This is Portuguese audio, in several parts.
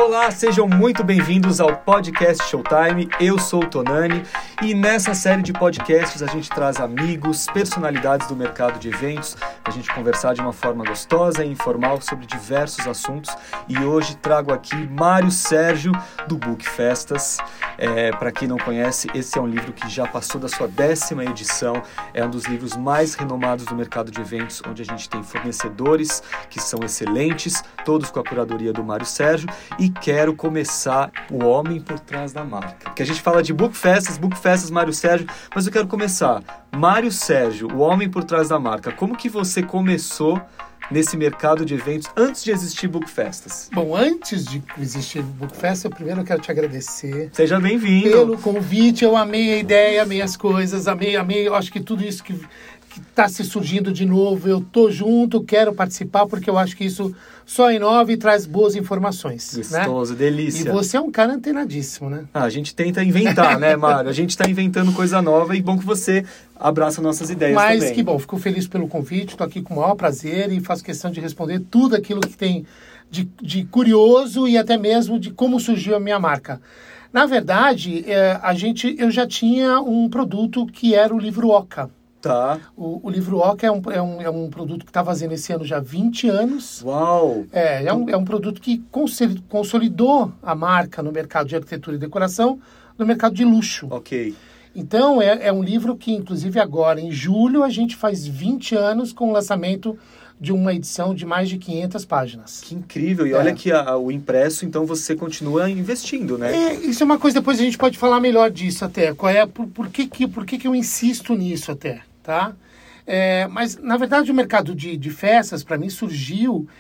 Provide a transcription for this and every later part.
Olá, sejam muito bem-vindos ao Podcast Showtime. Eu sou o Tonani e nessa série de podcasts a gente traz amigos, personalidades do mercado de eventos, a gente conversar de uma forma gostosa e informal sobre diversos assuntos. E hoje trago aqui Mário Sérgio, do Book Festas. Para quem não conhece, esse é um livro que já passou da sua 10ª edição. É um dos livros mais renomados do mercado de eventos, onde a gente tem fornecedores que são excelentes, todos com a curadoria do Mário Sérgio. E quero começar o homem por trás da marca. Porque a gente fala de Book Festas, Mário Sérgio, mas eu quero começar. Mário Sérgio, o homem por trás da marca. Como que você começou nesse mercado de eventos antes de existir Book Festas? Bom, antes de existir Book Festas, eu primeiro quero te agradecer. Seja bem-vindo. Pelo convite, eu amei a ideia, amei as coisas, amei, eu acho que tudo isso que está se surgindo de novo, eu tô junto, quero participar, porque eu acho que isso só inova e traz boas informações. Gostoso, né? Delícia. E você é um cara antenadíssimo, né? A gente tenta inventar, né, Mário? A gente está inventando coisa nova e bom que você abraça nossas ideias também. Mas que bom, fico feliz pelo convite, estou aqui com o maior prazer e faço questão de responder tudo aquilo que tem de curioso e até mesmo de como surgiu a minha marca. Na verdade, eu já tinha um produto que era o livro Oca. Tá. O livro Oca é um produto que está fazendo esse ano já 20 anos. Uau! É um produto que consolidou a marca no mercado de arquitetura e decoração, no mercado de luxo. Ok. Então, é um livro que, inclusive agora, em julho, a gente faz 20 anos com o lançamento de uma edição de mais de 500 páginas. Que incrível! E olha que o impresso, então, você continua investindo, né? Isso é uma coisa, depois a gente pode falar melhor disso até. Por que eu insisto nisso até, tá? Mas, na verdade, o mercado de festas, para mim, surgiu...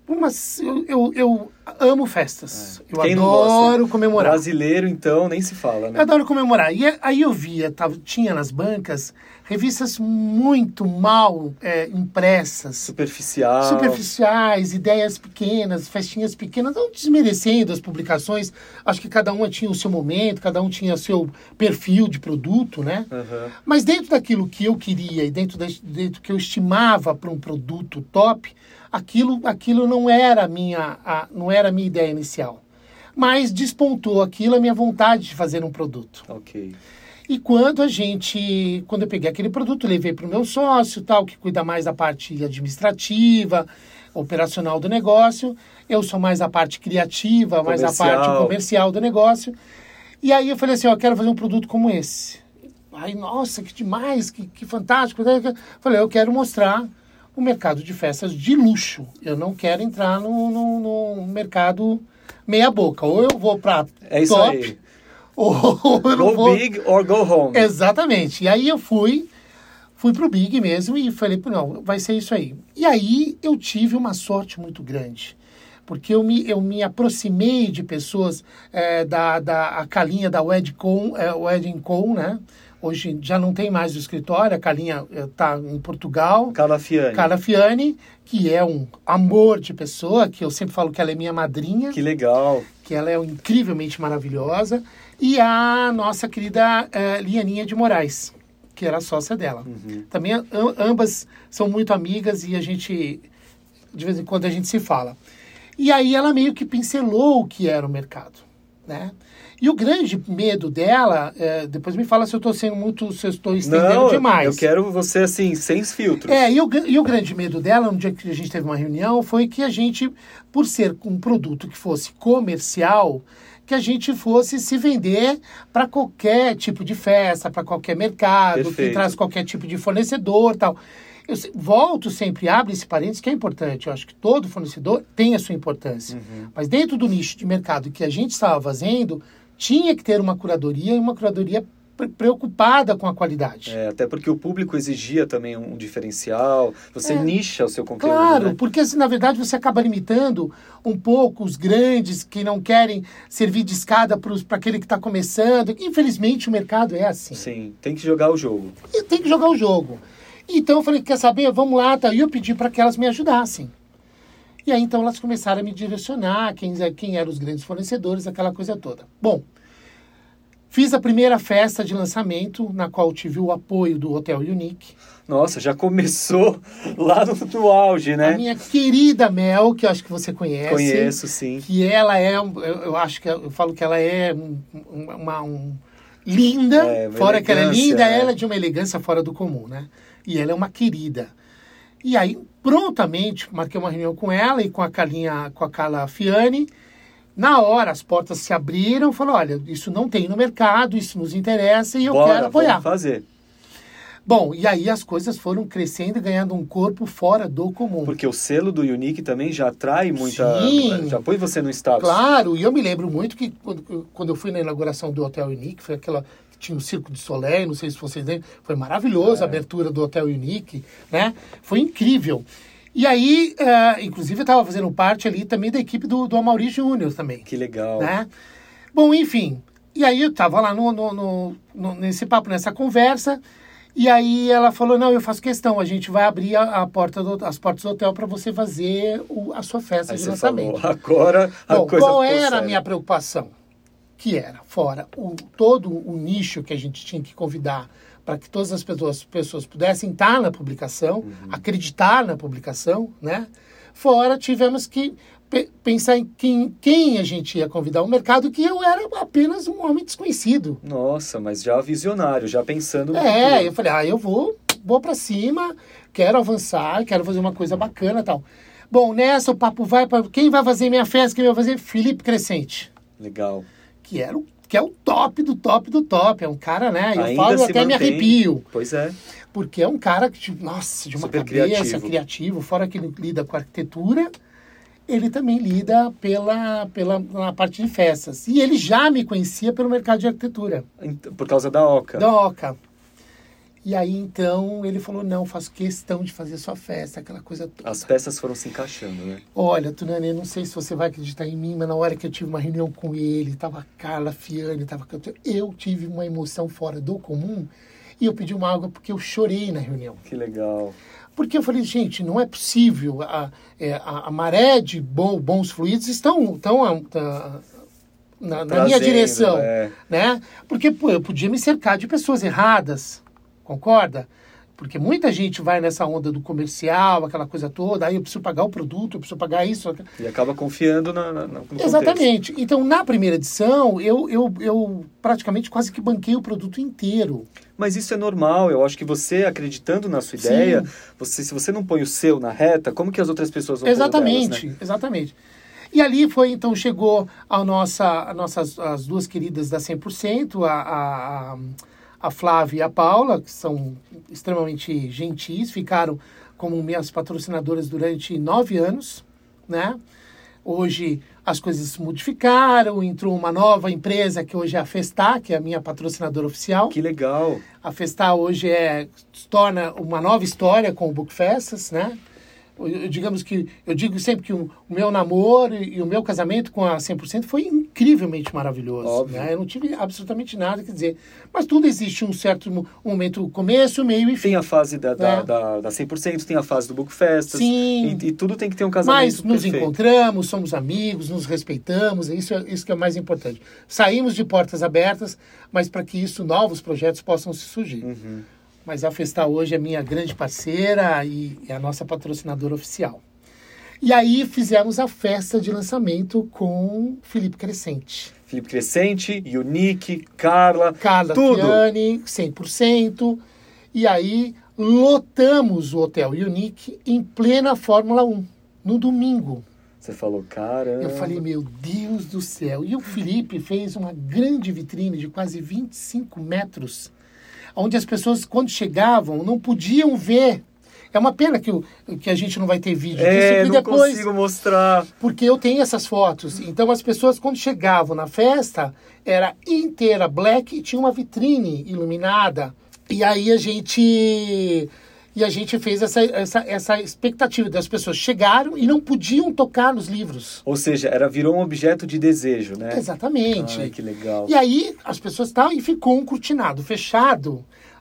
Eu amo festas. Eu adoro comemorar. Brasileiro, então, nem se fala, né? Eu adoro comemorar. E aí eu via, tinha nas bancas revistas muito mal impressas. Superficiais, ideias pequenas, festinhas pequenas, não desmerecendo as publicações. Acho que cada uma tinha o seu momento, cada um tinha o seu perfil de produto, né? Uhum. Mas dentro daquilo que eu queria e dentro do que eu estimava para um produto top, aquilo não era a minha ideia inicial. Mas despontou a minha vontade de fazer um produto. Ok. E quando eu peguei aquele produto, levei para o meu sócio, que cuida mais da parte administrativa, operacional do negócio, eu sou mais a parte criativa, mais a parte comercial do negócio. E aí eu falei assim, eu quero fazer um produto como esse. Aí, nossa, que demais, que fantástico. Falei, eu quero mostrar o mercado de festas de luxo. Eu não quero entrar no mercado meia boca. Ou eu vou para top, aí. ou eu não vou... Go big or go home. Exatamente. E aí eu fui pro big mesmo e falei, não, vai ser isso aí. E aí eu tive uma sorte muito grande. Porque eu me aproximei de pessoas a Calinha da Wedding Com, né? Hoje já não tem mais o escritório, a Calinha está em Portugal. Carla Fiani, que é um amor de pessoa, que eu sempre falo que ela é minha madrinha. Que legal. Que ela é incrivelmente maravilhosa. E a nossa querida Lianinha de Moraes, que era sócia dela. Uhum. Também ambas são muito amigas e de vez em quando a gente se fala. E aí ela meio que pincelou o que era o mercado, né? E o grande medo dela, depois me fala se eu estou estendendo demais. Eu quero você assim, sem filtros. E o grande medo dela, no dia que a gente teve uma reunião, foi que a gente, por ser um produto que fosse comercial, que a gente fosse se vender para qualquer tipo de festa, para qualquer mercado, Perfeito. que traz qualquer tipo de fornecedor, tal. Eu volto sempre, abre esse parênteses, que é importante. Eu acho que todo fornecedor tem a sua importância. Uhum. Mas dentro do nicho de mercado que a gente estava fazendo, tinha que ter uma curadoria e uma curadoria preocupada com a qualidade. Até porque o público exigia também um diferencial, você nicha o seu conteúdo. Claro, né? Porque assim, na verdade você acaba limitando um pouco os grandes que não querem servir de escada para aquele que está começando. Infelizmente o mercado é assim. Sim, tem que jogar o jogo. Tem que jogar o jogo. Então eu falei, quer saber? Vamos lá, tá? E eu pedi para que elas me ajudassem. E aí então elas começaram a me direcionar, quem eram os grandes fornecedores, aquela coisa toda. Bom, Fiz a primeira festa de lançamento, na qual tive o apoio do Hotel Unique. Nossa, já começou lá no auge, né? A minha querida Mel, que eu acho que você conhece. Conheço, sim. Que ela é, eu falo que ela é linda, fora que ela é linda, ela é de uma elegância fora do comum, né? E ela é uma querida. E aí, prontamente, marquei uma reunião com ela e com a Carla Fiani. Na hora, as portas se abriram, falou, olha, isso não tem no mercado, isso nos interessa e eu quero apoiar. Vamos fazer. Bom, e aí as coisas foram crescendo e ganhando um corpo fora do comum. Porque o selo do Unique também já atrai muita... Sim. Já põe você no status. Claro, e eu me lembro muito que quando eu fui na inauguração do Hotel Unique, foi aquela que tinha o Circo de Soleil, não sei se vocês lembram, foi maravilhoso a abertura do Hotel Unique, né? Foi incrível. E aí, inclusive, eu estava fazendo parte ali também da equipe do Amaury Júnior também. Que legal. Né? Bom, enfim, e aí eu estava lá nesse papo, nessa conversa... E aí ela falou, não, eu faço questão, a gente vai abrir as portas do hotel para você fazer a sua festa aí de lançamento. Falou, agora a coisa qual era séria. A minha preocupação? Que era, fora todo o nicho que a gente tinha que convidar para que todas as pessoas pudessem estar na publicação, acreditar na publicação, né? Fora tivemos que pensar em quem a gente ia convidar ao mercado, que eu era apenas um homem desconhecido. Nossa, mas já visionário, já pensando no futuro. futuro. Eu falei, eu vou para cima, quero avançar, quero fazer uma coisa bacana e tal. Bom, nessa o papo vai para... Quem vai fazer minha festa? Quem vai fazer? Felipe Crescente. Legal. Que é o top do top do top. É um cara, né? Eu falo até me arrepio. Pois é. Porque é um cara que, nossa, de uma super cabeça criativo, fora que ele lida com arquitetura... Ele também lida na parte de festas. E ele já me conhecia pelo mercado de arquitetura. Por causa da Oca. Da Oca. E aí, então, ele falou, não, faço questão de fazer sua festa, aquela coisa toda. As peças foram se encaixando, né? Olha, Tunani, eu não sei se você vai acreditar em mim, mas na hora que eu tive uma reunião com ele, tava a Carla Fiani, eu tive uma emoção fora do comum e eu pedi uma água porque eu chorei na reunião. Que legal. Porque eu falei, gente, não é possível. A maré de bons fluidos estão na minha direção. Né? Porque eu podia me cercar de pessoas erradas, concorda? Porque muita gente vai nessa onda do comercial, aquela coisa toda, aí eu preciso pagar o produto, eu preciso pagar isso. E acaba confiando no Exatamente. contexto. Então, na primeira edição, eu praticamente quase que banquei o produto inteiro. Mas isso é normal, eu acho que você, acreditando na sua ideia, se você não põe o seu na reta, como que as outras pessoas vão pôr delas, né? Exatamente. E ali então chegou as duas queridas da 100%, a Flávia e a Paula, que são extremamente gentis, ficaram como minhas patrocinadoras durante 9 anos, né? Hoje as coisas se modificaram, entrou uma nova empresa que hoje é a Festá, que é a minha patrocinadora oficial. Que legal! A Festá hoje se torna uma nova história com o Book Festas, né? Eu digo sempre que o meu namoro e o meu casamento com a 100% foi incrivelmente maravilhoso. Né? Eu não tive absolutamente nada a dizer. Mas tudo existe um certo momento, começo, meio e fim. Tem a fase da 100%, tem a fase do Book Festas. Sim. E tudo tem que ter um casamento Mas nos perfeito. encontramos, somos amigos, nos respeitamos. Isso que é o mais importante. Saímos de portas abertas, mas para que novos projetos possam se surgir. Uhum. Mas a Festá hoje é minha grande parceira e é a nossa patrocinadora oficial. E aí fizemos a festa de lançamento com Felipe Crescente. Felipe Crescente, Unique, Carla tudo. Fiani, 100%. E aí lotamos o Hotel Unique em plena Fórmula 1, no domingo. Você falou, caramba. Eu falei, meu Deus do céu. E o Felipe fez uma grande vitrine de quase 25 metros, onde as pessoas, quando chegavam, não podiam ver. É uma pena que a gente não vai ter vídeo disso. Não consigo mostrar. Porque eu tenho essas fotos. Então, as pessoas, quando chegavam na festa, era inteira black e tinha uma vitrine iluminada. E aí a gente fez essa expectativa das pessoas. Chegaram e não podiam tocar nos livros. Ou seja, virou um objeto de desejo, né? Exatamente. Ai, que legal. E aí as pessoas estavam e ficou um cortinado fechado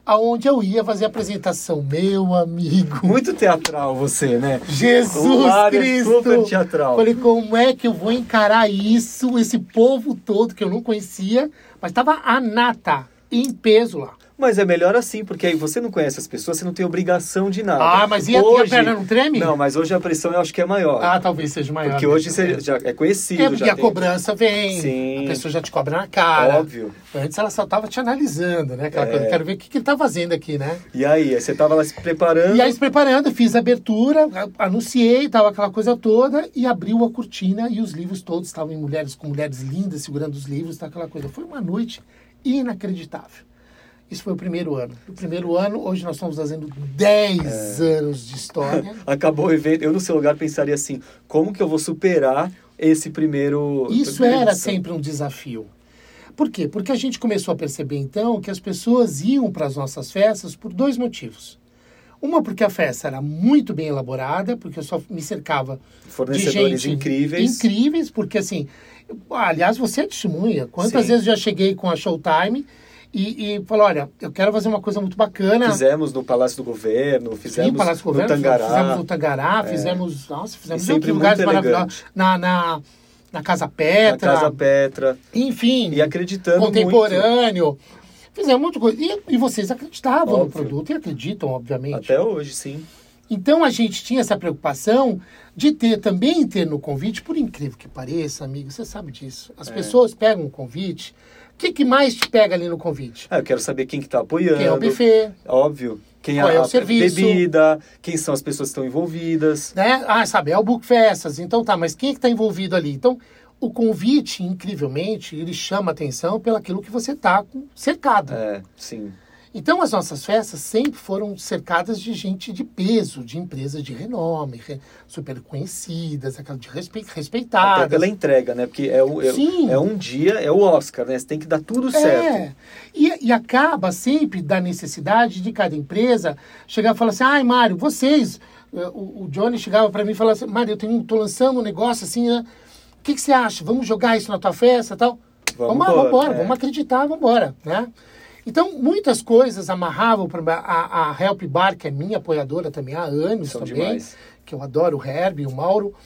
aonde eu ia fazer a apresentação. Meu amigo. Muito teatral você, né? Jesus Cristo. É super teatral. Falei, como é que eu vou encarar isso, esse povo todo que eu não conhecia, mas estava a nata em peso lá. Mas é melhor assim, porque aí você não conhece as pessoas, você não tem obrigação de nada. Ah, mas e a perna não treme? Não, mas hoje a pressão eu acho que é maior. Ah, talvez seja maior. Porque hoje você já é conhecido. É, porque a cobrança vem, Sim. a pessoa já te cobra na cara. Óbvio. Antes ela só estava te analisando, né? Aquela coisa, quero ver o que ele tá fazendo aqui, né? E aí você estava lá se preparando? E aí se preparando, fiz a abertura, anunciei, tava aquela coisa toda, e abriu a cortina e os livros todos estavam em mulheres, com mulheres lindas segurando os livros, tá, aquela coisa. Foi uma noite inacreditável. Isso foi o primeiro ano. No primeiro ano, hoje nós estamos fazendo 10 anos de história. Acabou o evento. Eu, no seu lugar, pensaria assim, como que eu vou superar esse primeiro... Isso era sempre um desafio. Por quê? Porque a gente começou a perceber, então, que as pessoas iam para as nossas festas por 2 motivos. Uma, porque a festa era muito bem elaborada, porque eu só me cercava fornecedores de gente incríveis, porque assim... Aliás, você é testemunha. Quantas vezes eu já cheguei com a Showtime... E falou, olha, eu quero fazer uma coisa muito bacana. Fizemos no Palácio do Governo, fizemos no Palácio do Governo, Tangará. Fizemos no Tangará, fizemos em outros lugares maravilhosos. Na Casa Petra. Na Casa Petra. Enfim. E acreditando contemporâneo. muito. Fizemos muita coisa. E vocês acreditavam no produto e acreditam, obviamente. Até hoje, sim. Então a gente tinha essa preocupação de também ter no convite, por incrível que pareça, amigo, você sabe disso. As pessoas pegam um convite. O que mais te pega ali no convite? Eu quero saber quem que tá apoiando. Quem é o buffet. Óbvio. Quem qual é o serviço. Bebida, quem são as pessoas que estão envolvidas. Né? Sabe, é o Book Festas. Então tá, mas quem é que está envolvido ali? Então, o convite, incrivelmente, ele chama atenção pelo aquilo que você está cercado. Sim. Então, as nossas festas sempre foram cercadas de gente de peso, de empresas de renome, super conhecidas, de respeitadas. Até pela entrega, né? Porque é um dia, é o Oscar, né? Você tem que dar tudo certo. E acaba sempre da necessidade de cada empresa chegar e falar assim, ai, Mário, vocês... O Johnny chegava para mim e falava assim, Mário, tô lançando um negócio assim, né? O que você acha? Vamos jogar isso na tua festa e tal? Vamos embora, vamos acreditar, vamos embora, né? Então, muitas coisas amarravam para a Help Bar, que é minha apoiadora também há anos também, demais. Que eu adoro o Herb e o Mauro,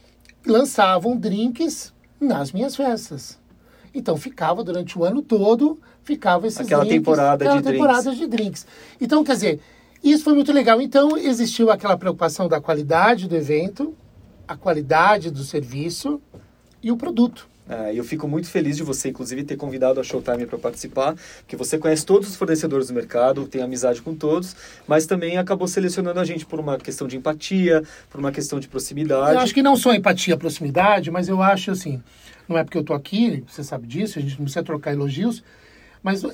lançavam drinks nas minhas festas. Então, ficava durante o ano todo, esses aquela drinks. temporada de drinks. Então, quer dizer, isso foi muito legal. Então, existiu aquela preocupação da qualidade do evento, a qualidade do serviço e o produto. Eu fico muito feliz de você, inclusive, ter convidado a Showtime para participar, porque você conhece todos os fornecedores do mercado, tem amizade com todos, mas também acabou selecionando a gente por uma questão de empatia, por uma questão de proximidade. Eu acho que não só empatia, proximidade, mas eu acho assim, não é porque eu tô aqui, você sabe disso, a gente não precisa trocar elogios, mas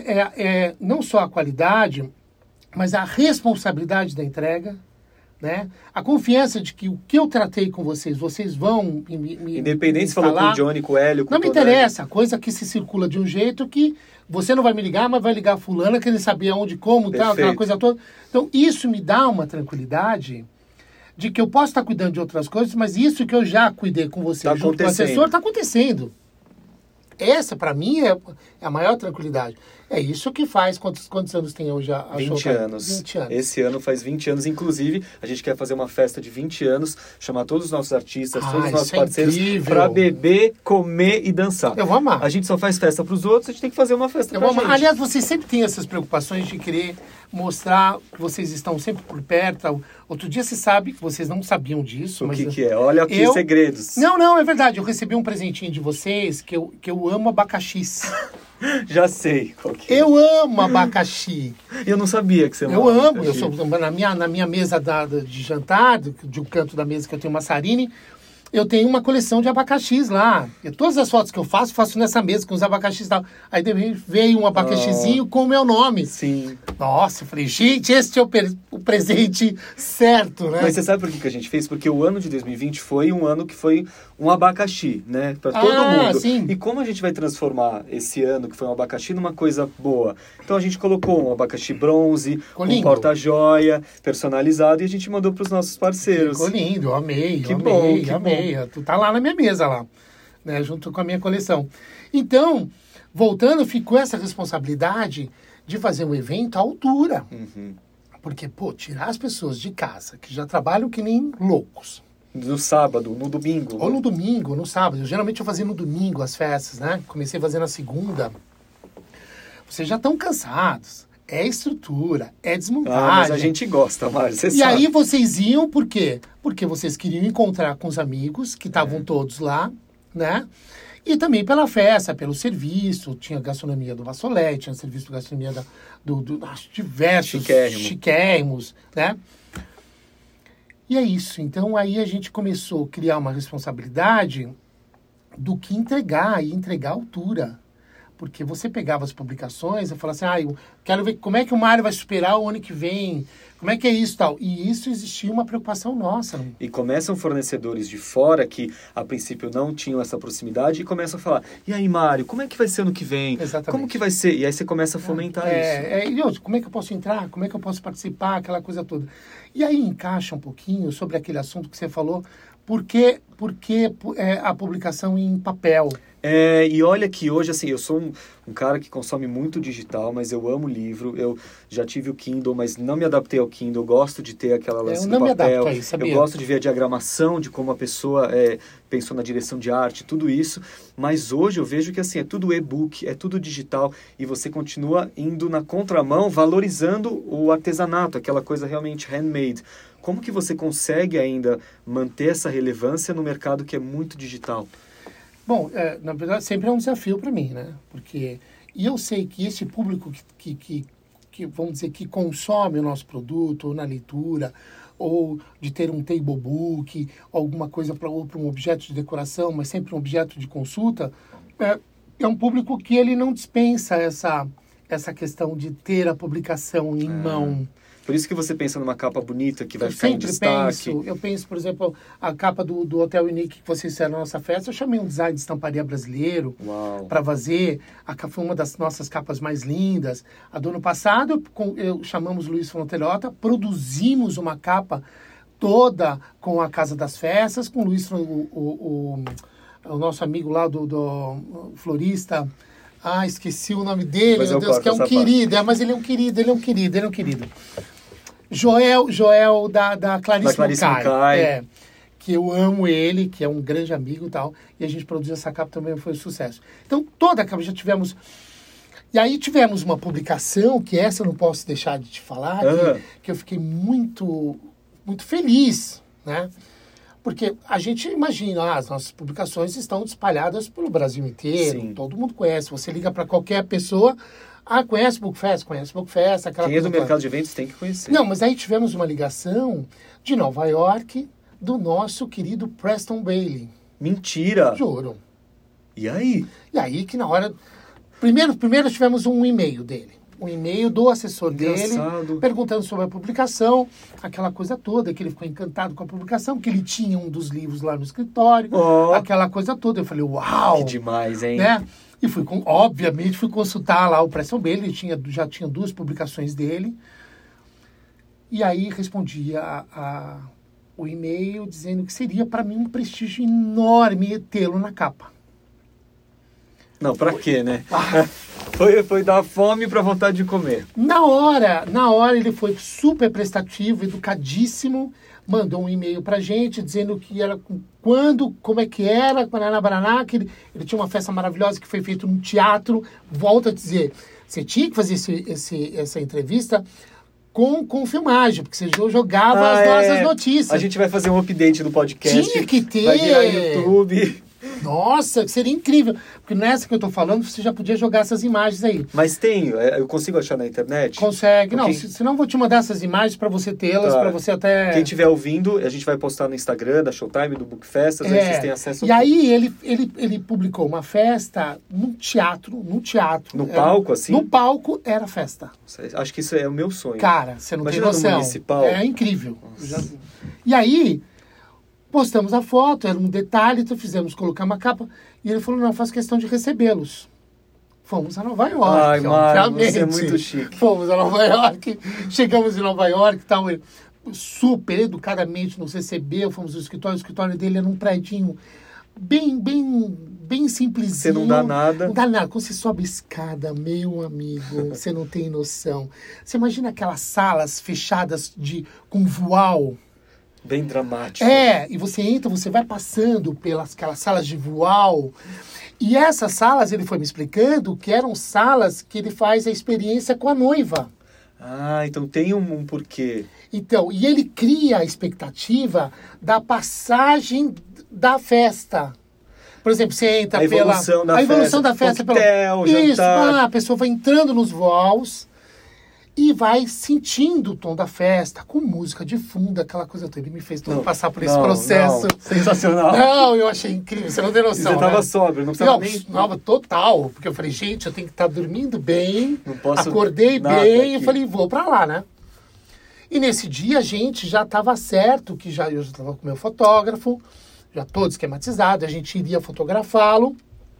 não só a qualidade, mas a responsabilidade da entrega, né? A confiança de que o que eu tratei com vocês vão independente se falou com o Johnny, com o Hélio, com não me interessa, a coisa que se circula de um jeito que você não vai me ligar, mas vai ligar a fulana, querendo saber aonde, como, tal, aquela coisa toda. Então, isso me dá uma tranquilidade de que eu posso estar cuidando de outras coisas, mas isso que eu já cuidei com você junto com o assessor, está acontecendo. Essa, para mim, é a maior tranquilidade. É isso que faz... Quantos anos tem hoje a 20 anos. 20 anos. Esse ano faz 20 anos. Inclusive, a gente quer fazer uma festa de 20 anos, chamar todos os nossos artistas, todos os nossos parceiros, para beber, comer e dançar. Eu vou amar. A gente só faz festa para os outros, a gente tem que fazer uma festa pra gente. Aliás, vocês sempre têm essas preocupações de querer mostrar que vocês estão sempre por perto. Outro dia, você sabe, que vocês não sabiam disso. O que é? Olha aqui os segredos. Não, é verdade. Eu recebi um presentinho de vocês que eu amo abacaxis. Já sei qual que é. Eu amo abacaxi. Eu não sabia que você amava. Eu amo. Eu sou, na minha mesa de jantar, de um canto da mesa que eu tenho maçarine, eu tenho uma coleção de abacaxis lá. E todas as fotos que eu faço nessa mesa com os abacaxis e tal. Aí veio um abacaxizinho com o meu nome. Sim. Nossa, eu falei, gente, esse é o presente certo, né? Mas você sabe por que a gente fez? Porque o ano de 2020 foi um ano que foi um abacaxi, né? Para todo mundo. Sim. E como a gente vai transformar esse ano, que foi um abacaxi, numa coisa boa? Então a gente colocou um abacaxi bronze, um porta-joia, personalizado, e a gente mandou para os nossos parceiros. Ficou lindo, eu amei. Que bom. Tu tá lá na minha mesa lá, né? Junto com a minha coleção. Então, voltando, ficou essa responsabilidade de fazer um evento à altura. Porque, tirar as pessoas de casa, que já trabalham que nem loucos. No sábado, no domingo. Ou no domingo, no sábado. Geralmente eu fazia no domingo as festas, né? Comecei a fazer na segunda. Vocês já estão cansados. É estrutura, é desmontagem. Mas a gente gosta, Mário, você sabe. E aí vocês iam por quê? Porque vocês queriam encontrar com os amigos, que estavam todos lá, né? E também pela festa, pelo serviço. Tinha gastronomia do Vassolé, tinha serviço de gastronomia diversos chiquérrimos, né? E é isso. Então, aí a gente começou a criar uma responsabilidade do que entregar, e entregar a altura. Porque você pegava as publicações e falava assim, eu quero ver como é que o Mário vai superar o ano que vem, como é que é isso e tal. E isso existia uma preocupação nossa. Né? E começam fornecedores de fora que, a princípio, não tinham essa proximidade e começam a falar, e aí, Mário, como é que vai ser ano que vem? Exatamente. Como que vai ser? E aí você começa a fomentar isso. Como é que eu posso entrar? Como é que eu posso participar? Aquela coisa toda. E aí encaixa um pouquinho sobre aquele assunto que você falou, por que a publicação em papel? E olha que hoje, assim, eu sou um cara que consome muito digital, mas eu amo livro. Eu já tive o Kindle, mas não me adaptei ao Kindle. Eu gosto de ter aquela lance do papel. Me adapto aí, sabia? Eu gosto de ver a diagramação de como a pessoa pensou na direção de arte, tudo isso. Mas hoje eu vejo que, assim, é tudo e-book, é tudo digital. E você continua indo na contramão, valorizando o artesanato, aquela coisa realmente handmade. Como que você consegue ainda manter essa relevância no mercado que é muito digital? Bom, na verdade, sempre é um desafio para mim, né? E eu sei que esse público que, vamos dizer, que consome o nosso produto, ou na leitura, ou de ter um table book, alguma coisa para um objeto de decoração, mas sempre um objeto de consulta, é um público que ele não dispensa essa questão de ter a publicação em mão. Por isso que você pensa numa capa bonita que vai ficar em destaque. Eu penso, por exemplo, a capa do Hotel Unique que vocês fizeram na nossa festa. Eu chamei um design de estamparia brasileiro para fazer. Foi uma das nossas capas mais lindas. A do ano passado, eu chamamos Luiz Fronterota, produzimos uma capa toda com a Casa das Festas, com o Luiz, o nosso amigo lá do florista. Esqueci o nome dele, meu Deus, que é um querido. Mas ele é um querido. Joel da Clarice Mucay, que eu amo ele, que é um grande amigo e tal, e a gente produziu essa capa também, foi um sucesso. Então, toda a capa já tivemos... E aí tivemos uma publicação, que essa eu não posso deixar de te falar, que eu fiquei muito, muito feliz, né? Porque a gente imagina, as nossas publicações estão espalhadas pelo Brasil inteiro, Sim. Todo mundo conhece, você liga para qualquer pessoa... conhece Bookfest? Conhece Bookfest. Quem é do mercado de eventos tem que conhecer. Não, mas aí tivemos uma ligação de Nova York do nosso querido Preston Bailey. Mentira! Juro. E aí? E aí que na hora... Primeiro tivemos um e-mail dele. Um e-mail do assessor dele, perguntando sobre a publicação, aquela coisa toda, que ele ficou encantado com a publicação, que ele tinha um dos livros lá no escritório, aquela coisa toda. Eu falei, uau! Que demais, hein? Né? E obviamente, fui consultar lá o Preston Bailey, já tinha 2 publicações dele. E aí respondi o e-mail dizendo que seria para mim um prestígio enorme tê-lo na capa. Não, pra quê, né? Foi dar fome pra vontade de comer. Na hora ele foi super prestativo, educadíssimo, mandou um e-mail pra gente dizendo que era quando, como é que era, Baraná, que ele tinha uma festa maravilhosa que foi feita no teatro. Volto a dizer, você tinha que fazer essa entrevista com filmagem, porque você jogava as nossas notícias. A gente vai fazer um update do podcast. Tinha que ter. Vai virar YouTube. Nossa, seria incrível. Porque nessa que eu tô falando, você já podia jogar essas imagens aí. Mas eu consigo achar na internet? Consegue. Porque... Não, senão eu vou te mandar essas imagens para você tê-las, para você até... Quem estiver ouvindo, a gente vai postar no Instagram da Showtime, do Bookfest, aí vocês têm acesso a aí ele publicou uma festa no teatro. No palco, assim? No palco era festa. Acho que isso é o meu sonho. Cara, você não tem noção. No municipal. É incrível. E aí... Postamos a foto, era um detalhe, então fizemos colocar uma capa. E ele falou, não, faço questão de recebê-los. Fomos a Nova York, obviamente. Você é muito chique. Fomos a Nova York, chegamos em Nova York e tal. Ele super educadamente nos recebeu, fomos ao escritório. O escritório dele era um predinho bem bem simplesinho. Você não dá nada. Não dá nada. Quando você sobe a escada, meu amigo, você não tem noção. Você imagina aquelas salas fechadas com voal. Bem dramático. E você entra, você vai passando pelas aquelas salas de voal. E essas salas, ele foi me explicando, que eram salas que ele faz a experiência com a noiva. Ah, então tem um porquê. Então, e ele cria a expectativa da passagem da festa. Por exemplo, você entra a evolução da festa, coquetel, jantar. A pessoa vai entrando nos voos e vai sentindo o tom da festa, com música de fundo, aquela coisa toda. Ele me fez todo passar por esse processo. Sensacional. Não, eu achei incrível, você não tem noção. E você estava sóbrio, não precisava nem... Total, porque eu falei, gente, eu tenho que estar dormindo bem, não posso acordei bem, e falei, vou pra lá, né? E nesse dia a gente já estava certo, que eu já estava com o meu fotógrafo, já todo esquematizado, a gente iria fotografá-lo.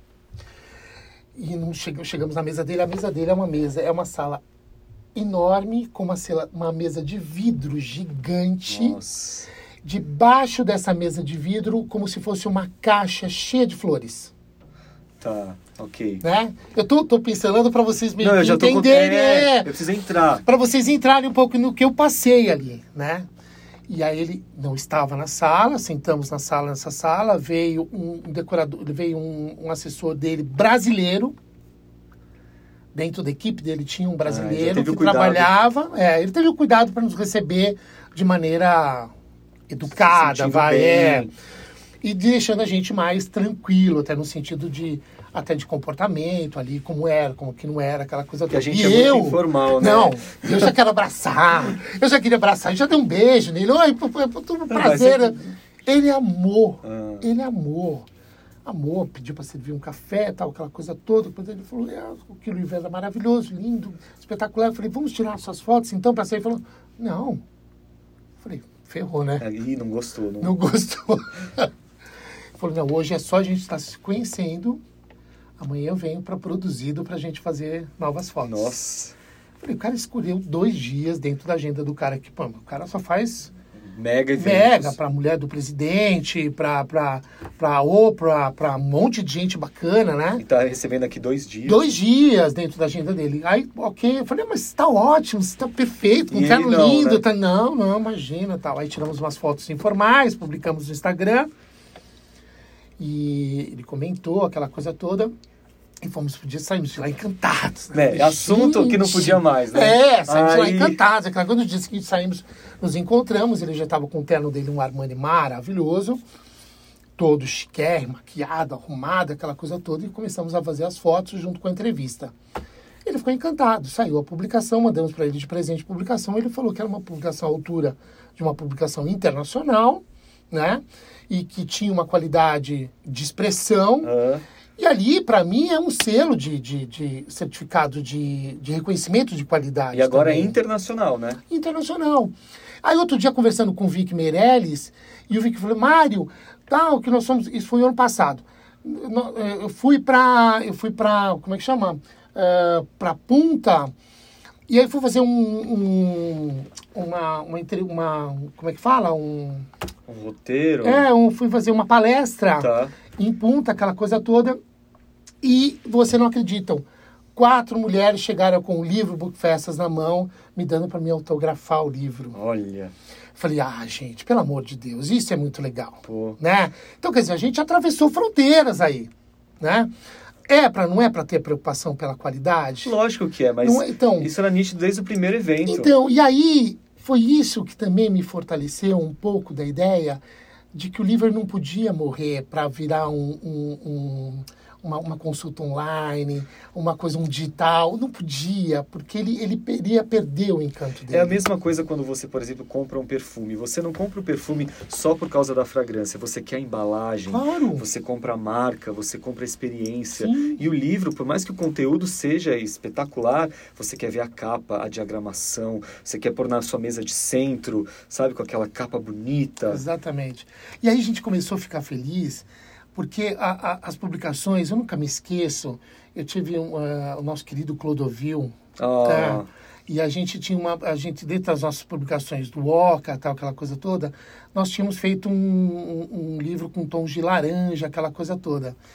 E não chegamos na mesa dele, a mesa dele é uma sala enorme, com uma mesa de vidro gigante. Nossa. Debaixo dessa mesa de vidro, como se fosse uma caixa cheia de flores. Tá, ok. Né? Eu tô pincelando para vocês me entenderem. Eu preciso entrar. Para vocês entrarem um pouco no que eu passei ali, né? E aí ele não estava na sala, sentamos nessa sala, veio um decorador, veio um assessor dele brasileiro. Dentro da equipe dele tinha um brasileiro que trabalhava. Ele teve o cuidado para nos receber de maneira educada, e deixando a gente mais tranquilo, até no sentido de comportamento ali, como que não era, aquela coisa toda. Que a gente é muito informal, né? Não, eu já quero abraçar, eu já queria abraçar, já dei um beijo nele, oi, prazer. Ele amou, pediu para servir um café, tal, aquela coisa toda. Depois ele falou, aquilo era maravilhoso, lindo, espetacular. Eu falei, vamos tirar suas fotos então para sair? Ele falou, não. Eu falei, ferrou, né? Ih, não gostou. Não gostou. Ele falou, não, hoje é só a gente estar se conhecendo, amanhã eu venho para produzido para a gente fazer novas fotos. Nossa. Eu falei, o cara escolheu 2 dias dentro da agenda do cara que, o cara só faz... Mega para a mulher do presidente, para Oprah, para um monte de gente bacana, né? E tá recebendo aqui 2 dias. 2 dias dentro da agenda dele. Aí, ok, eu falei, mas tá ótimo, você tá perfeito, com um terno lindo. Né? Tá... Não, imagina, tal. Aí tiramos umas fotos informais, publicamos no Instagram. E ele comentou aquela coisa toda. E saímos de lá encantados. Né? Assunto que não podia mais, né? Saímos de lá encantados. Aquela coisa, no dia seguinte saímos, nos encontramos, ele já estava com o terno dele, um Armani maravilhoso, todo chiquérrimo, maquiado, arrumado, aquela coisa toda, e começamos a fazer as fotos junto com a entrevista. Ele ficou encantado, saiu a publicação, mandamos para ele de presente a publicação, ele falou que era uma publicação à altura de uma publicação internacional, né? E que tinha uma qualidade de expressão. E ali, para mim, é um selo de certificado de reconhecimento de qualidade. E agora também. É internacional, né? Internacional. Aí, outro dia, conversando com o Vic Meirelles, e o Vic falou, Mário, tal, que nós somos... Isso foi ano passado. Eu fui para como é que chama? Para Punta. E aí, fui fazer como é que fala? Um roteiro? Fui fazer uma palestra. Tá. Em Punta, aquela coisa toda. E você não acreditam, 4 mulheres chegaram com o livro Book Festas na mão, me dando para me autografar o livro. Olha. Falei, gente, pelo amor de Deus, isso é muito legal. Pô. Né? Então, quer dizer, a gente atravessou fronteiras aí, né? Não é para ter preocupação pela qualidade? Lógico que é, mas então, isso era nítido desde o primeiro evento. Então, e aí, foi isso que também me fortaleceu um pouco da ideia de que o livro não podia morrer para virar uma consulta online, uma coisa, um digital. Não podia, porque ele iria perder o encanto dele. É a mesma coisa quando você, por exemplo, compra um perfume. Você não compra o perfume só por causa da fragrância. Você quer a embalagem, claro. Você compra a marca, você compra a experiência. Sim. E o livro, por mais que o conteúdo seja espetacular, você quer ver a capa, a diagramação, você quer pôr na sua mesa de centro, sabe, com aquela capa bonita. Exatamente. E aí a gente começou a ficar feliz, porque as publicações, eu nunca me esqueço, eu tive o nosso querido Clodovil, tá? E a gente tinha dentro das nossas publicações do Oca, tal, aquela coisa toda, nós tínhamos feito um livro com tons de laranja, aquela coisa toda.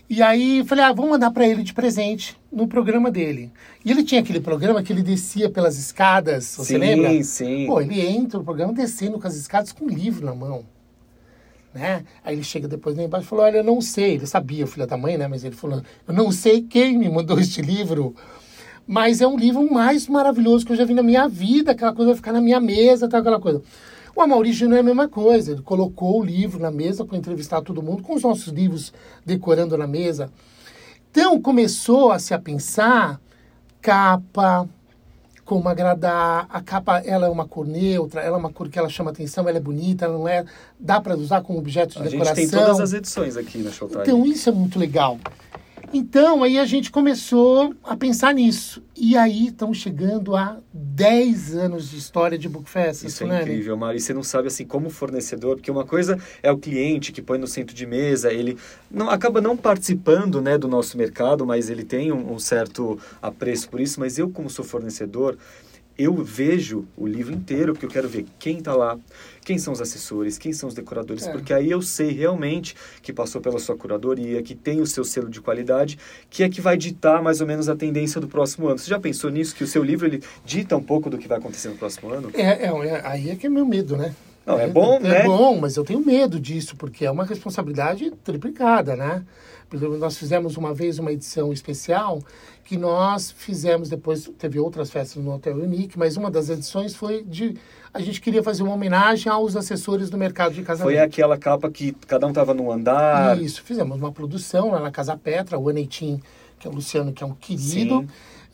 E aí falei, vamos mandar para ele de presente no programa dele. E ele tinha aquele programa que ele descia pelas escadas, você lembra? Sim, sim. Pô, ele entra no programa descendo com as escadas com um livro na mão. Né? Aí ele chega depois lá embaixo e falou, olha, eu não sei. Ele sabia, o filho da mãe, né? Mas ele falou, eu não sei quem me mandou este livro, mas é um livro mais maravilhoso que eu já vi na minha vida. Aquela coisa vai ficar na minha mesa, tal, aquela coisa. O Amaury Júnior é a mesma coisa. Ele colocou o livro na mesa para entrevistar todo mundo, com os nossos livros decorando na mesa. Então, começou a se pensar capa, como agradar. A capa, ela é uma cor neutra, ela é uma cor que ela chama atenção, ela é bonita, ela não é... Dá para usar como objeto de decoração. A gente tem todas as edições aqui na Showtime. Então, isso é muito legal. Então, aí a gente começou a pensar nisso. E aí, estamos chegando a 10 anos de história de Bookfest. Isso é incrível, Mário. E você não sabe, assim, como fornecedor, porque uma coisa é o cliente que põe no centro de mesa, ele acaba não participando, né, do nosso mercado, mas ele tem um certo apreço por isso. Mas eu, como sou fornecedor, eu vejo o livro inteiro, porque eu quero ver quem está lá, quem são os assessores, quem são os decoradores, porque aí eu sei realmente que passou pela sua curadoria, que tem o seu selo de qualidade, que é que vai ditar mais ou menos a tendência do próximo ano. Você já pensou nisso, que o seu livro ele dita um pouco do que vai acontecer no próximo ano? Aí é que é meu medo, né? Não, é bom, né? É bom, mas eu tenho medo disso, porque é uma responsabilidade triplicada, né? Por exemplo, nós fizemos uma vez uma edição especial que nós fizemos, depois teve outras festas no Hotel Unique, mas uma das edições foi a gente queria fazer uma homenagem aos assessores do mercado de casamento. Foi aquela capa que cada um estava num andar. Isso, fizemos uma produção lá na Casa Petra, o Aneitim, que é o Luciano, que é um querido,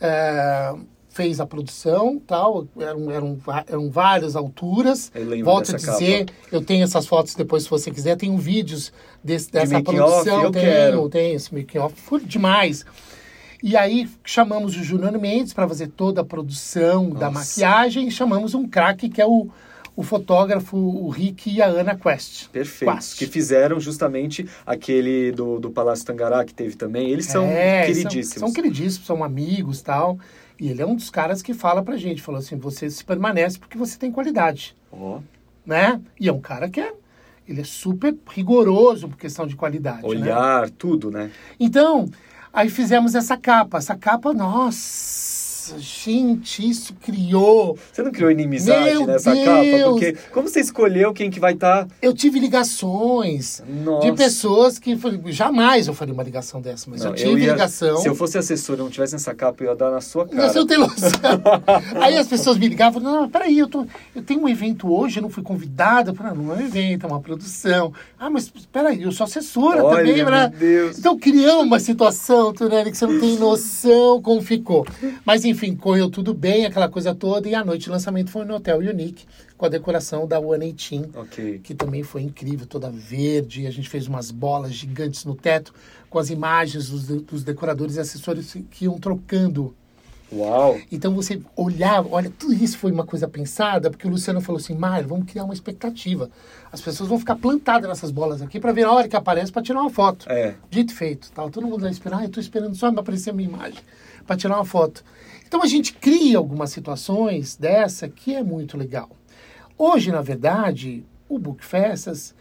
fez a produção, tal, eram várias alturas. Volto a dizer, capa. Eu tenho essas fotos depois, se você quiser, tenho vídeos dessa produção, tenho esse making off, foi demais. E aí chamamos o Júnior Mendes para fazer toda a produção da maquiagem e chamamos um craque que é o fotógrafo, o Rick e a Ana Quest. Perfeito. Que fizeram justamente aquele do Palácio Tangará que teve também. Eles são queridíssimos. São queridíssimos, são amigos e tal. E ele é um dos caras que fala pra gente, falou assim, você se permanece porque você tem qualidade. Né? E é um cara que ele é super rigoroso por questão de qualidade. Olhar, né? Tudo, né? Então, aí fizemos essa capa. Essa capa, nossa, gente, isso criou... Você não criou inimizade nessa capa? Porque como você escolheu quem que vai estar... Eu tive ligações de pessoas que... Jamais eu faria uma ligação dessa, mas eu tive ligação. Se eu fosse assessor e não tivesse nessa capa, eu ia dar na sua cara. Você não tem noção. Aí as pessoas me ligavam e falavam, não, peraí, eu tenho um evento hoje, eu não fui convidada. Eu falei, não é um evento, é uma produção. Mas peraí, eu sou assessora também. Meu Deus. Então criou uma situação, Tonani, que você não tem noção como ficou. Mas enfim, correu tudo bem, aquela coisa toda, e a noite de lançamento foi no Hotel Unique, com a decoração da 118, que também foi incrível, toda verde. A gente fez umas bolas gigantes no teto, com as imagens dos decoradores e assessores que iam trocando. Uau! Então você olhava, olha, tudo isso foi uma coisa pensada, porque o Luciano falou assim, Mário, vamos criar uma expectativa. As pessoas vão ficar plantadas nessas bolas aqui para ver a hora que aparece para tirar uma foto. Dito e feito. Tava todo mundo lá esperando, eu estou esperando só aparecer a minha imagem para tirar uma foto. Então a gente cria algumas situações dessa que é muito legal. Hoje, na verdade, o Bookfestas,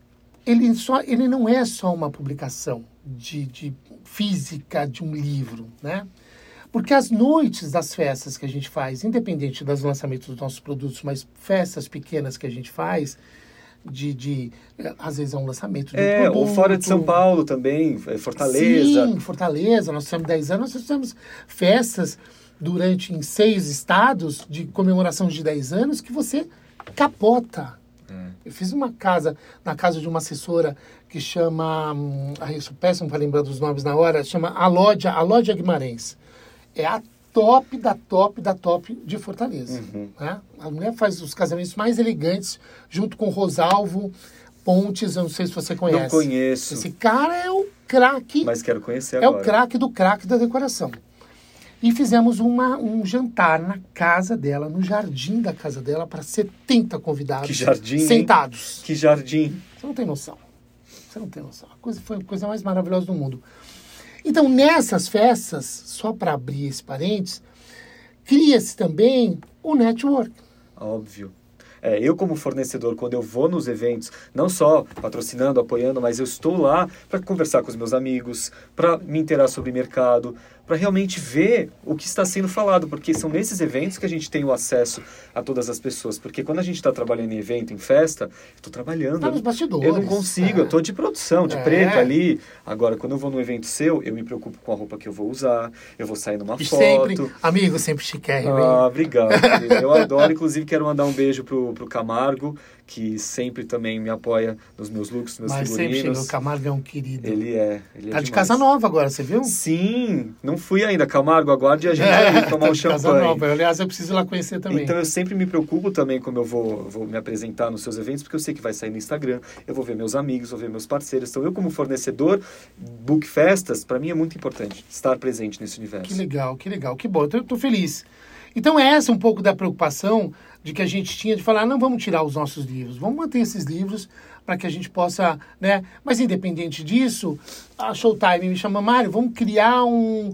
ele não é só uma publicação de física de um livro, né? Porque as noites das festas que a gente faz, independente dos lançamentos dos nossos produtos, mas festas pequenas que a gente faz, às vezes é um lançamento de um produto. Ou fora de São Paulo também, Fortaleza. Sim, Fortaleza. Nós temos 10 anos, nós temos festas em 6 estados de comemoração de 10 anos que você capota. Eu fiz uma na casa de uma assessora que chama, eu sou péssimo para lembrar dos nomes na hora, chama a Loja Guimarães. É a top da top de Fortaleza. Né? A mulher faz os casamentos mais elegantes, junto com Rosalvo Pontes, eu não sei se você conhece. Não conheço. Esse cara é o craque. Mas quero conhecer agora. É o craque do craque da decoração. E fizemos um jantar na casa dela, no jardim da casa dela, para 70 convidados. Que jardim, sentados. Hein? Que jardim. Você não tem noção. Foi a coisa mais maravilhosa do mundo. Então, nessas festas, só para abrir esse parênteses, cria-se também o network. Óbvio. Eu como fornecedor, quando eu vou nos eventos, não só patrocinando, apoiando, mas eu estou lá para conversar com os meus amigos, para me inteirar sobre mercado, para realmente ver o que está sendo falado, porque são nesses eventos que a gente tem o acesso a todas as pessoas, porque quando a gente está trabalhando em evento, em festa, eu estou trabalhando. Tá nos bastidores. Eu não consigo, eu estou de produção, de preto ali. Agora, quando eu vou num evento seu, eu me preocupo com a roupa que eu vou usar, eu vou sair numa foto. Sempre, amigo, sempre chiquérrimo. Obrigado, querido. Eu adoro, inclusive quero mandar um beijo pro Camargo, que sempre também me apoia nos meus looks, nos meus figurinos. Sempre chegou, o Camargo é um querido. Ele é tá demais. De casa nova agora, você viu? Sim, não fui ainda, Camargo, aguarde a gente aí tomar um champanhe. Casa nova. Aliás, eu preciso ir lá conhecer também. Então eu sempre me preocupo também como eu vou me apresentar nos seus eventos, porque eu sei que vai sair no Instagram, eu vou ver meus amigos, vou ver meus parceiros. Então eu como fornecedor, book festas, para mim é muito importante estar presente nesse universo. Que legal, que bom, eu tô feliz. Então essa é um pouco da preocupação de que a gente tinha de falar, não vamos tirar os nossos livros, vamos manter esses livros para que a gente possa, né? Mas independente disso, a Showtime me chama, Mário, vamos criar um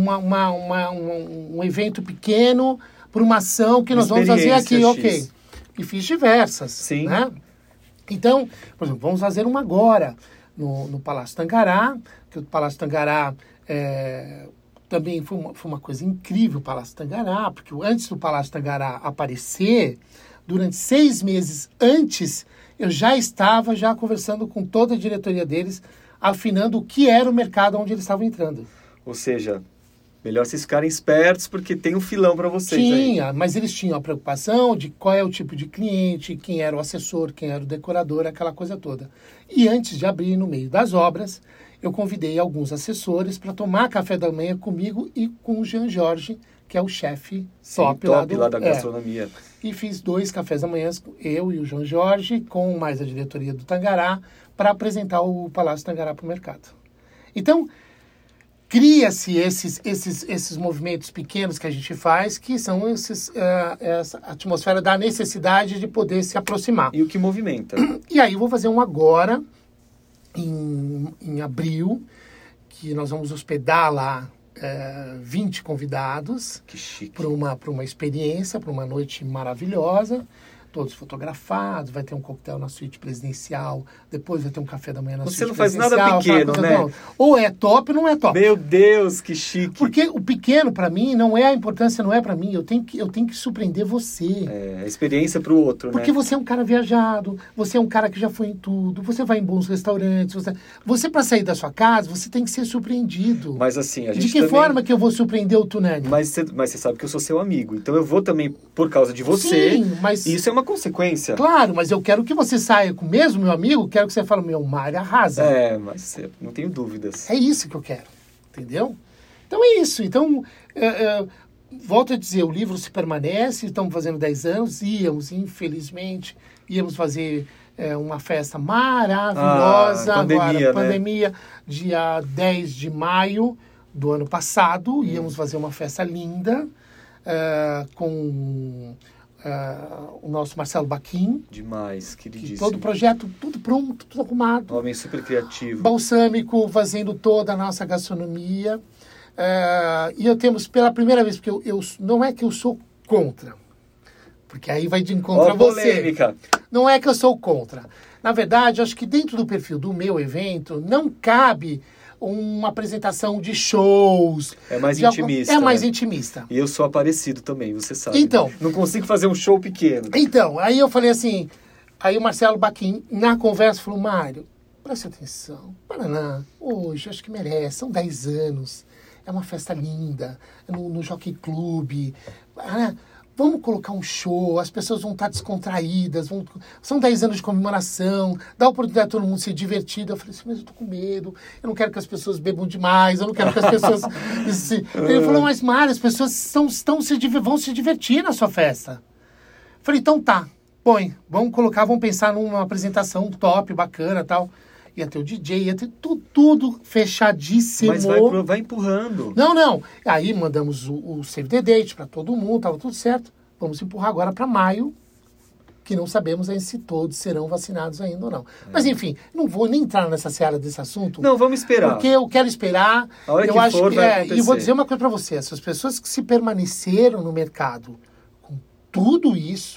evento pequeno para uma ação que nós vamos fazer aqui, ok. E fiz diversas, sim, né? Então, por exemplo, vamos fazer uma agora no Palácio Tangará, que o Palácio Tangará também foi uma coisa incrível, o Palácio Tangará, porque antes do Palácio Tangará aparecer, durante 6 meses antes, eu já estava conversando com toda a diretoria deles, afinando o que era o mercado onde eles estavam entrando. Ou seja, melhor vocês ficarem espertos, porque tem um filão para vocês. Tinha, aí. Mas eles tinham a preocupação de qual é o tipo de cliente, quem era o assessor, quem era o decorador, aquela coisa toda. E antes de abrir no meio das obras, eu convidei alguns assessores para tomar café da manhã comigo e com o Jean Jorge, que é o chefe top lá da gastronomia. E fiz 2 cafés da manhã, eu e o Jean Jorge, com mais a diretoria do Tangará, para apresentar o Palácio Tangará para o mercado. Então, cria-se esses movimentos pequenos que a gente faz, que são essa atmosfera da necessidade de poder se aproximar. E o que movimenta? E aí eu vou fazer um agora, em abril, que nós vamos hospedar lá 20 convidados. Que chique. Para uma experiência, para uma noite maravilhosa. Todos fotografados, vai ter um coquetel na suíte presidencial, depois vai ter um café da manhã na suíte presidencial. Você não faz nada pequeno, né? Não. Ou é top ou não é top. Meu Deus, que chique. Porque o pequeno, para mim, não é a importância, não é para mim. Eu tenho que surpreender você. A experiência para o outro, porque né? Você é um cara viajado, você é um cara que já foi em tudo, você vai em bons restaurantes. Você para sair da sua casa, você tem que ser surpreendido. Mas assim, a gente De que forma que eu vou surpreender o Tunani? Mas você sabe que eu sou seu amigo, então eu vou também por causa de você. Sim, mas... Isso é uma consequência. Claro, mas eu quero que você saia com o mesmo meu amigo, quero que você fale, meu Mário arrasa. Mas não tenho dúvidas. É isso que eu quero, entendeu? Então é isso. Então, volto a dizer, o livro se permanece, estamos fazendo 10 anos, infelizmente, íamos fazer uma festa maravilhosa. Pandemia, agora, pandemia, dia 10 de maio do ano passado, íamos fazer uma festa linda, com... o nosso Marcelo Baquim. Demais, queridíssimo. Todo o projeto, tudo pronto, tudo arrumado. Um homem super criativo. Balsâmico, fazendo toda a nossa gastronomia. E eu temos pela primeira vez, porque eu não é que eu sou contra, porque aí vai de encontro a você. Polêmica. Não é que eu sou contra. Na verdade, acho que dentro do perfil do meu evento, não cabe uma apresentação de shows. É mais intimista. É mais intimista. E eu sou aparecido também, você sabe. Então. Não consigo fazer um show pequeno. Então, aí eu falei assim, aí o Marcelo Baquim, na conversa, falou, Mário, presta atenção, Paraná, hoje, acho que merece, são 10 anos, é uma festa linda, no Jockey Club, vamos colocar um show, as pessoas vão estar descontraídas, são 10 anos de comemoração, dá a oportunidade de todo mundo se divertir. Eu falei assim, mas eu tô com medo, eu não quero que as pessoas bebam demais, eu não quero que as pessoas... Ele falou, mas Mário, as pessoas vão se divertir na sua festa. Eu falei, então tá, vamos pensar numa apresentação top, bacana e tal. Ia ter o DJ, ia ter tudo fechadíssimo. Mas vai empurrando. Não. Aí mandamos o Save the Date para todo mundo, estava tudo certo. Vamos empurrar agora para maio, que não sabemos ainda se todos serão vacinados ainda ou não. Mas enfim, não vou nem entrar nessa seara desse assunto. Não, vamos esperar. Porque eu quero esperar. A hora que acho for, que vai acontecer. E vou dizer uma coisa para você. Essas pessoas que se permaneceram no mercado com tudo isso,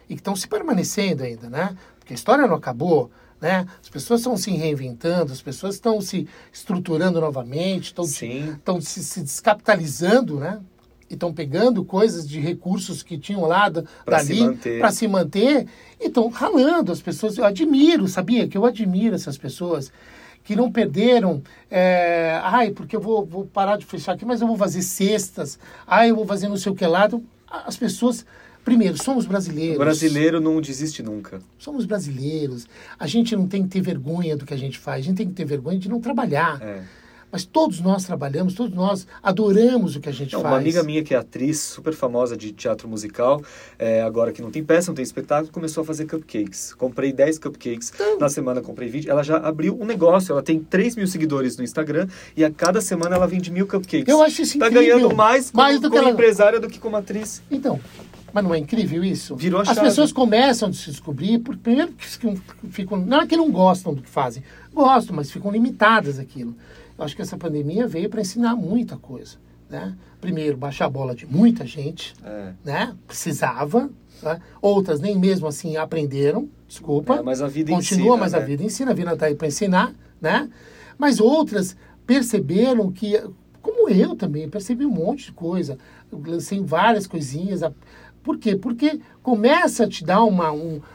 e que estão se permanecendo ainda, né? Porque a história não acabou, né? As pessoas estão se reinventando, as pessoas estão se estruturando novamente, estão se descapitalizando, né? E estão pegando coisas de recursos que tinham lá dali para se manter e estão ralando as pessoas. Eu admiro, sabia? Que eu admiro essas pessoas que não perderam, porque eu vou parar de fechar aqui, mas eu vou fazer cestas, eu vou fazer não sei o que lá. As pessoas, primeiro, somos brasileiros. O brasileiro não desiste nunca. Somos brasileiros. A gente não tem que ter vergonha do que a gente faz, a gente tem que ter vergonha de não trabalhar. Mas todos nós trabalhamos, todos nós adoramos o que a gente faz. Uma amiga minha que é atriz, super famosa de teatro musical, agora que não tem peça, não tem espetáculo, começou a fazer cupcakes. Comprei 10 cupcakes, na semana comprei 20. Ela já abriu um negócio, ela tem 3 mil seguidores no Instagram e a cada semana ela vende 1000 cupcakes. Eu acho isso incrível. Tá ganhando mais como empresária do que como atriz. Então, mas não é incrível isso? Virou a chave. As pessoas começam a se descobrir, primeiro que ficam, não é que não gostam do que fazem, gostam, mas ficam limitadas àquilo. Eu acho que essa pandemia veio para ensinar muita coisa, né? Primeiro, baixar a bola de muita gente, né? Precisava, né? Outras nem mesmo assim aprenderam, desculpa. Mas a vida continua, ensina, mas né? A vida ensina, a vida está aí para ensinar, né? Mas outras perceberam que, como eu também, percebi um monte de coisa, eu lancei várias coisinhas. Por quê? Porque começa a te dar uma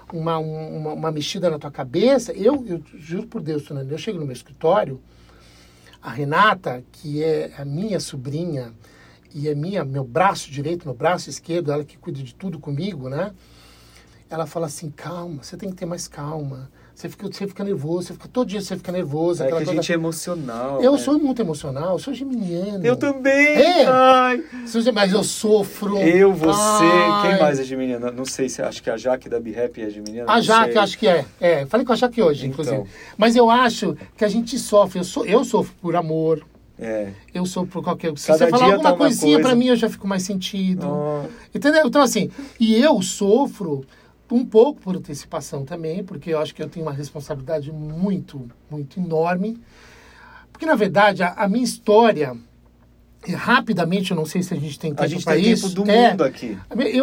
mexida na tua cabeça. Eu juro por Deus, Tonani, eu chego no meu escritório, a Renata, que é a minha sobrinha e é meu braço direito, meu braço esquerdo, ela que cuida de tudo comigo, né? Ela fala assim, calma, você tem que ter mais calma. Você fica nervoso, todo dia você fica nervoso. É que a gente é emocional. Eu sou muito emocional, eu sou geminiano. Eu também! Ai. Mas eu sofro. Eu, você, quem mais é geminiano? Não sei se acho que a Jaque da Be-Happy é geminiana. A Jaque, acho que é. Falei com a Jaque hoje, inclusive. Mas eu acho que a gente sofre. Eu sofro por amor. Eu sofro por qualquer... Se você falar alguma coisinha pra mim, eu já fico mais sentido. Entendeu? Então, assim, e eu sofro um pouco por antecipação também, porque eu acho que eu tenho uma responsabilidade muito, muito enorme. Porque, na verdade, a minha história, rapidamente, eu não sei se a gente tem tempo para isso. A gente tem tempo do mundo aqui.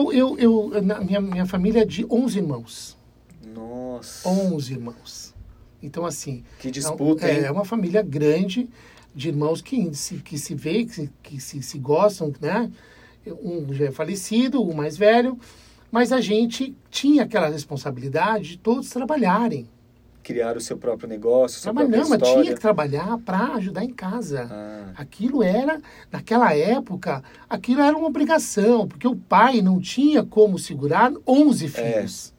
Minha família é de 11 irmãos. Nossa. 11 irmãos. Então, assim... Que disputa, hein? É uma família grande de irmãos que se vê, que se gostam, né? Um já é falecido, o mais velho... Mas a gente tinha aquela responsabilidade de todos trabalharem. Criar o seu próprio negócio, sua própria história. Mas tinha que trabalhar para ajudar em casa. Aquilo era, naquela época, aquilo era uma obrigação, porque o pai não tinha como segurar 11 filhos.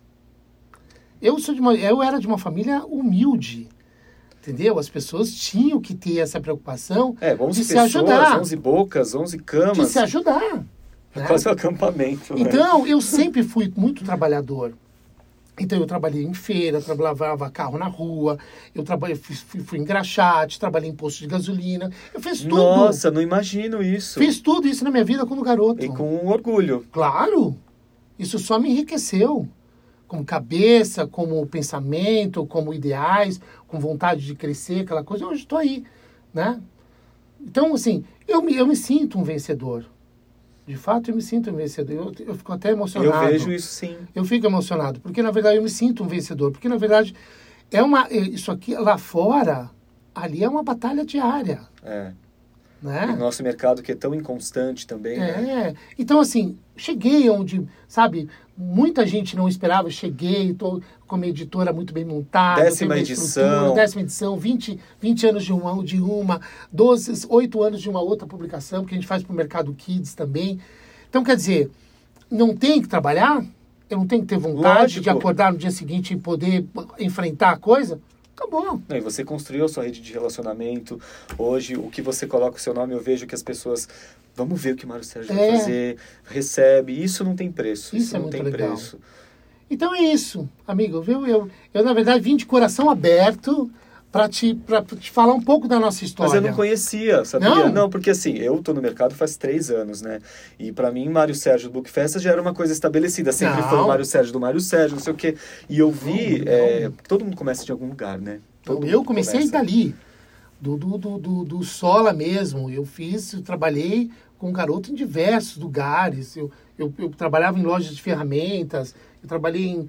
Eu era de uma família humilde, entendeu? As pessoas tinham que ter essa preocupação de se ajudar. 11 bocas, 11 camas. De se ajudar. Né? Quase um acampamento. Então, eu sempre fui muito trabalhador. Então, eu trabalhei em feira, lavava carro na rua, fui engraxate, trabalhei em posto de gasolina. Eu fiz tudo. Nossa, não imagino isso. Fiz tudo isso na minha vida quando garoto. E com orgulho. Claro. Isso só me enriqueceu. Como cabeça, como pensamento, como ideais, com vontade de crescer, aquela coisa. Hoje estou aí, né? Então, assim, eu me sinto um vencedor. De fato, eu me sinto um vencedor. Eu fico até emocionado. Eu vejo isso, sim. Eu fico emocionado, porque, na verdade, eu me sinto um vencedor. Porque, na verdade, isso aqui, lá fora, ali é uma batalha diária. Né? E o nosso mercado que é tão inconstante também, né? Então, assim, cheguei onde, sabe, muita gente não esperava. Eu cheguei, estou com uma editora muito bem montada. 10ª edição. 10ª edição, 20 anos de uma, 8 anos de uma outra publicação, que a gente faz para o Mercado Kids também. Então, quer dizer, não tem que trabalhar? Eu não tenho que ter vontade de acordar no dia seguinte e poder enfrentar a coisa? Acabou. E você construiu a sua rede de relacionamento. Hoje, o que você coloca o seu nome, eu vejo que as pessoas... Vamos ver o que o Mário Sérgio vai fazer. Recebe. Isso não tem preço. Isso não tem preço. Então é isso, amigo. Viu? Eu, na verdade, vim de coração aberto para te falar um pouco da nossa história. Mas eu não conhecia, sabia? Não, porque assim, eu tô no mercado faz 3 anos, né? E para mim, Mário Sérgio do Book Festa já era uma coisa estabelecida. Sempre foi o Mário Sérgio do Mário Sérgio, não sei o quê. E eu vi... todo mundo começa de algum lugar, né? Eu comecei dali. Do Sola mesmo. Eu trabalhei com um garoto em diversos lugares. Eu trabalhava em lojas de ferramentas. Eu trabalhei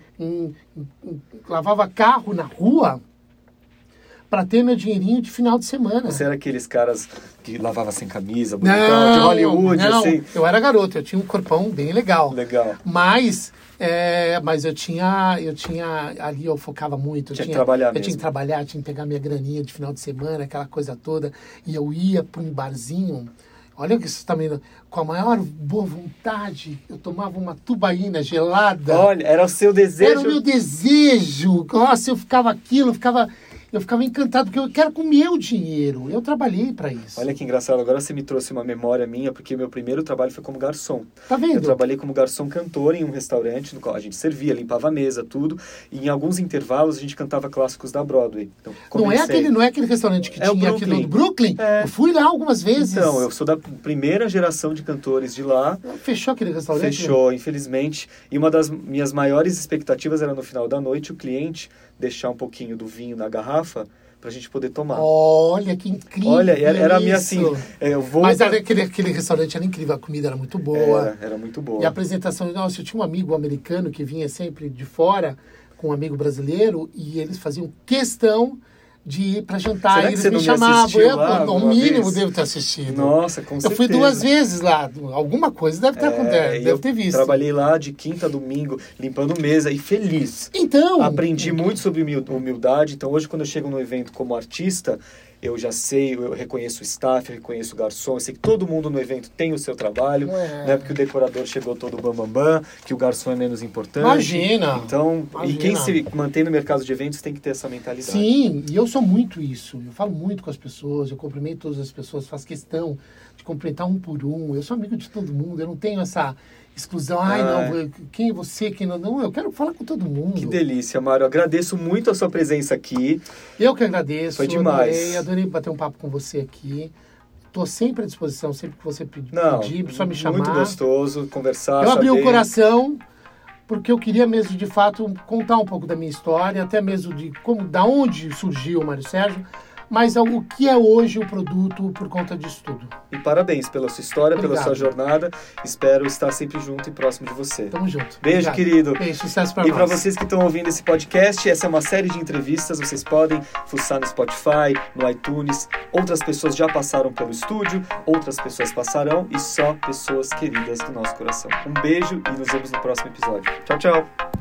lavava carro na rua para ter meu dinheirinho de final de semana. Você era aqueles caras que lavava sem camisa, bonitão, de Hollywood, não, assim? Eu era garoto, eu tinha um corpão bem legal. Legal. Mas eu tinha ali eu focava muito. Eu tinha que trabalhar mesmo. Eu tinha que trabalhar, tinha que pegar minha graninha de final de semana, aquela coisa toda. E eu ia para um barzinho. Olha que isso também, com a maior boa vontade, eu tomava uma tubaína gelada. Olha, era o seu desejo. Era o meu desejo. Nossa, eu ficava encantado, porque eu quero com o meu dinheiro. Eu trabalhei para isso. Olha que engraçado, agora você me trouxe uma memória minha, porque meu primeiro trabalho foi como garçom. Tá vendo? Eu trabalhei como garçom cantor em um restaurante, no qual a gente servia, limpava a mesa, tudo. E em alguns intervalos a gente cantava clássicos da Broadway. Então, não é aquele restaurante que tinha aqui no Brooklyn? Eu fui lá algumas vezes. Então, eu sou da primeira geração de cantores de lá. Fechou aquele restaurante? Fechou, infelizmente. E uma das minhas maiores expectativas era no final da noite o cliente deixar um pouquinho do vinho na garrafa pra gente poder tomar. Olha, que incrível. Olha, era a minha assim, Mas aquele restaurante era incrível, a comida era muito boa. Era muito boa. E a apresentação, nossa, eu tinha um amigo americano que vinha sempre de fora, com um amigo brasileiro, e eles faziam questão de ir para jantar. Será e eles que você me não chamavam. No mínimo vez? Devo ter assistido. Nossa, com certeza. Eu fui 2 vezes lá. Alguma coisa deve ter acontecido. Deve ter visto. Trabalhei lá de quinta a domingo, limpando mesa e feliz. Então. Aprendi muito sobre humildade. Então, hoje, quando eu chego num evento como artista, eu já sei, eu reconheço o staff, eu reconheço o garçom, eu sei que todo mundo no evento tem o seu trabalho, não é porque o decorador chegou todo bambambam, que o garçom é menos importante. Imagina! Então, e quem se mantém no mercado de eventos tem que ter essa mentalidade. Sim, e eu sou muito isso. Eu falo muito com as pessoas, eu cumprimento todas as pessoas, faço questão de cumprimentar um por um. Eu sou amigo de todo mundo, eu não tenho essa exclusão. Não, quem é você, quem não. Não, eu quero falar com todo mundo. Que delícia, Mário. Agradeço muito a sua presença aqui. Eu que agradeço. Foi demais. Adorei bater um papo com você aqui. Estou sempre à disposição, sempre que você pedir, só me chamar. Muito gostoso conversar, Eu abri o coração, porque eu queria mesmo, de fato, contar um pouco da minha história, até mesmo da onde surgiu o Mário Sérgio, mas o que é hoje o produto por conta disso tudo. E parabéns pela sua história, Obrigado. pela sua jornada. Espero estar sempre junto e próximo de você. Tamo junto. Beijo, Obrigado. querido. Beijo, sucesso pra nós. E para vocês que estão ouvindo esse podcast, essa é uma série de entrevistas. Vocês podem fuçar no Spotify, no iTunes. Outras pessoas já passaram pelo estúdio, outras pessoas passarão e só pessoas queridas do nosso coração. Um beijo e nos vemos no próximo episódio. Tchau, tchau.